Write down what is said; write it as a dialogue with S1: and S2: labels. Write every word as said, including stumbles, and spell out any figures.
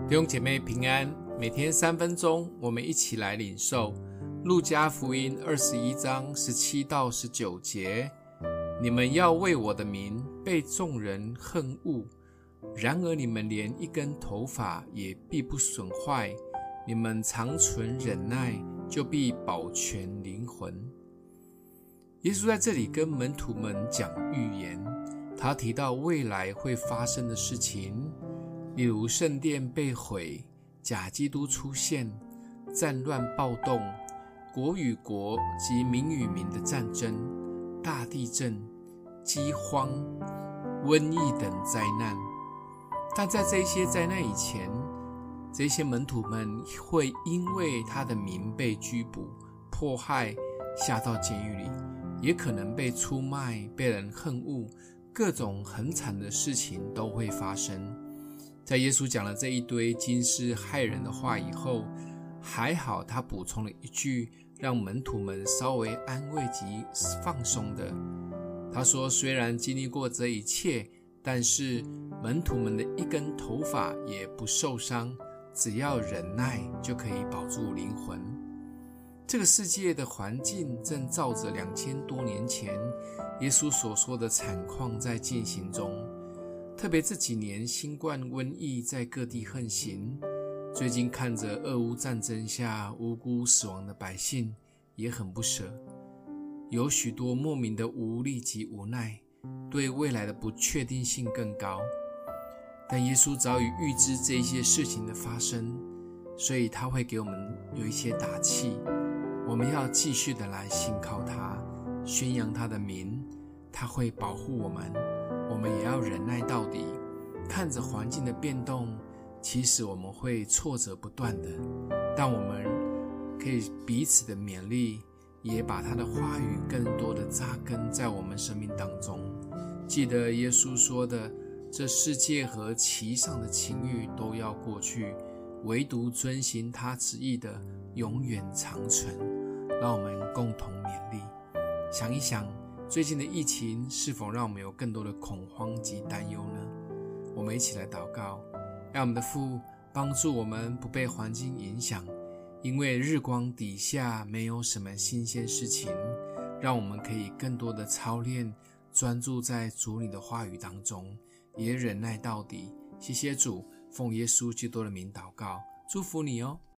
S1: 弟兄姐妹平安，每天三分钟，我们一起来领受路加福音二十一章十七到十九节。你们要为我的名被众人恨恶，然而你们连一根头发也必不损坏，你们常存忍耐，就必保全灵魂。耶稣在这里跟门徒们讲预言，他提到未来会发生的事情，例如圣殿被毁，假基督出现，战乱暴动，国与国及民与民的战争，大地震、饥荒、瘟疫等灾难。但在这些灾难以前，这些门徒们会因为他的名被拘捕、迫害，下到监狱里，也可能被出卖、被人恨恶，各种很惨的事情都会发生。在耶稣讲了这一堆惊世骇人的话以后，还好他补充了一句让门徒们稍微安慰及放松的。他说，虽然经历过这一切，但是门徒们的一根头发也不受伤，只要忍耐就可以保住灵魂。这个世界的环境正照着两千多年前耶稣所说的惨况在进行中。特别这几年新冠瘟疫在各地横行，最近看着俄乌战争下无辜死亡的百姓，也很不舍，有许多莫名的无力及无奈，对未来的不确定性更高。但耶稣早已预知这些事情的发生，所以他会给我们有一些打气，我们要继续的来信靠他，宣扬他的名，他会保护我们，我们也要忍耐到底。看着环境的变动，其实我们会挫折不断的，但我们可以彼此的勉励，也把他的话语更多的扎根在我们生命当中。记得耶稣说的，这世界和其上的情欲都要过去，唯独遵行他旨意的永远长存。让我们共同勉励。想一想，最近的疫情是否让我们有更多的恐慌及担忧呢？我们一起来祷告，让我们的父帮助我们不被环境影响，因为日光底下没有什么新鲜事情，让我们可以更多的操练，专注在主你的话语当中，也忍耐到底。谢谢主，奉耶稣基督的名祷告，祝福你哦。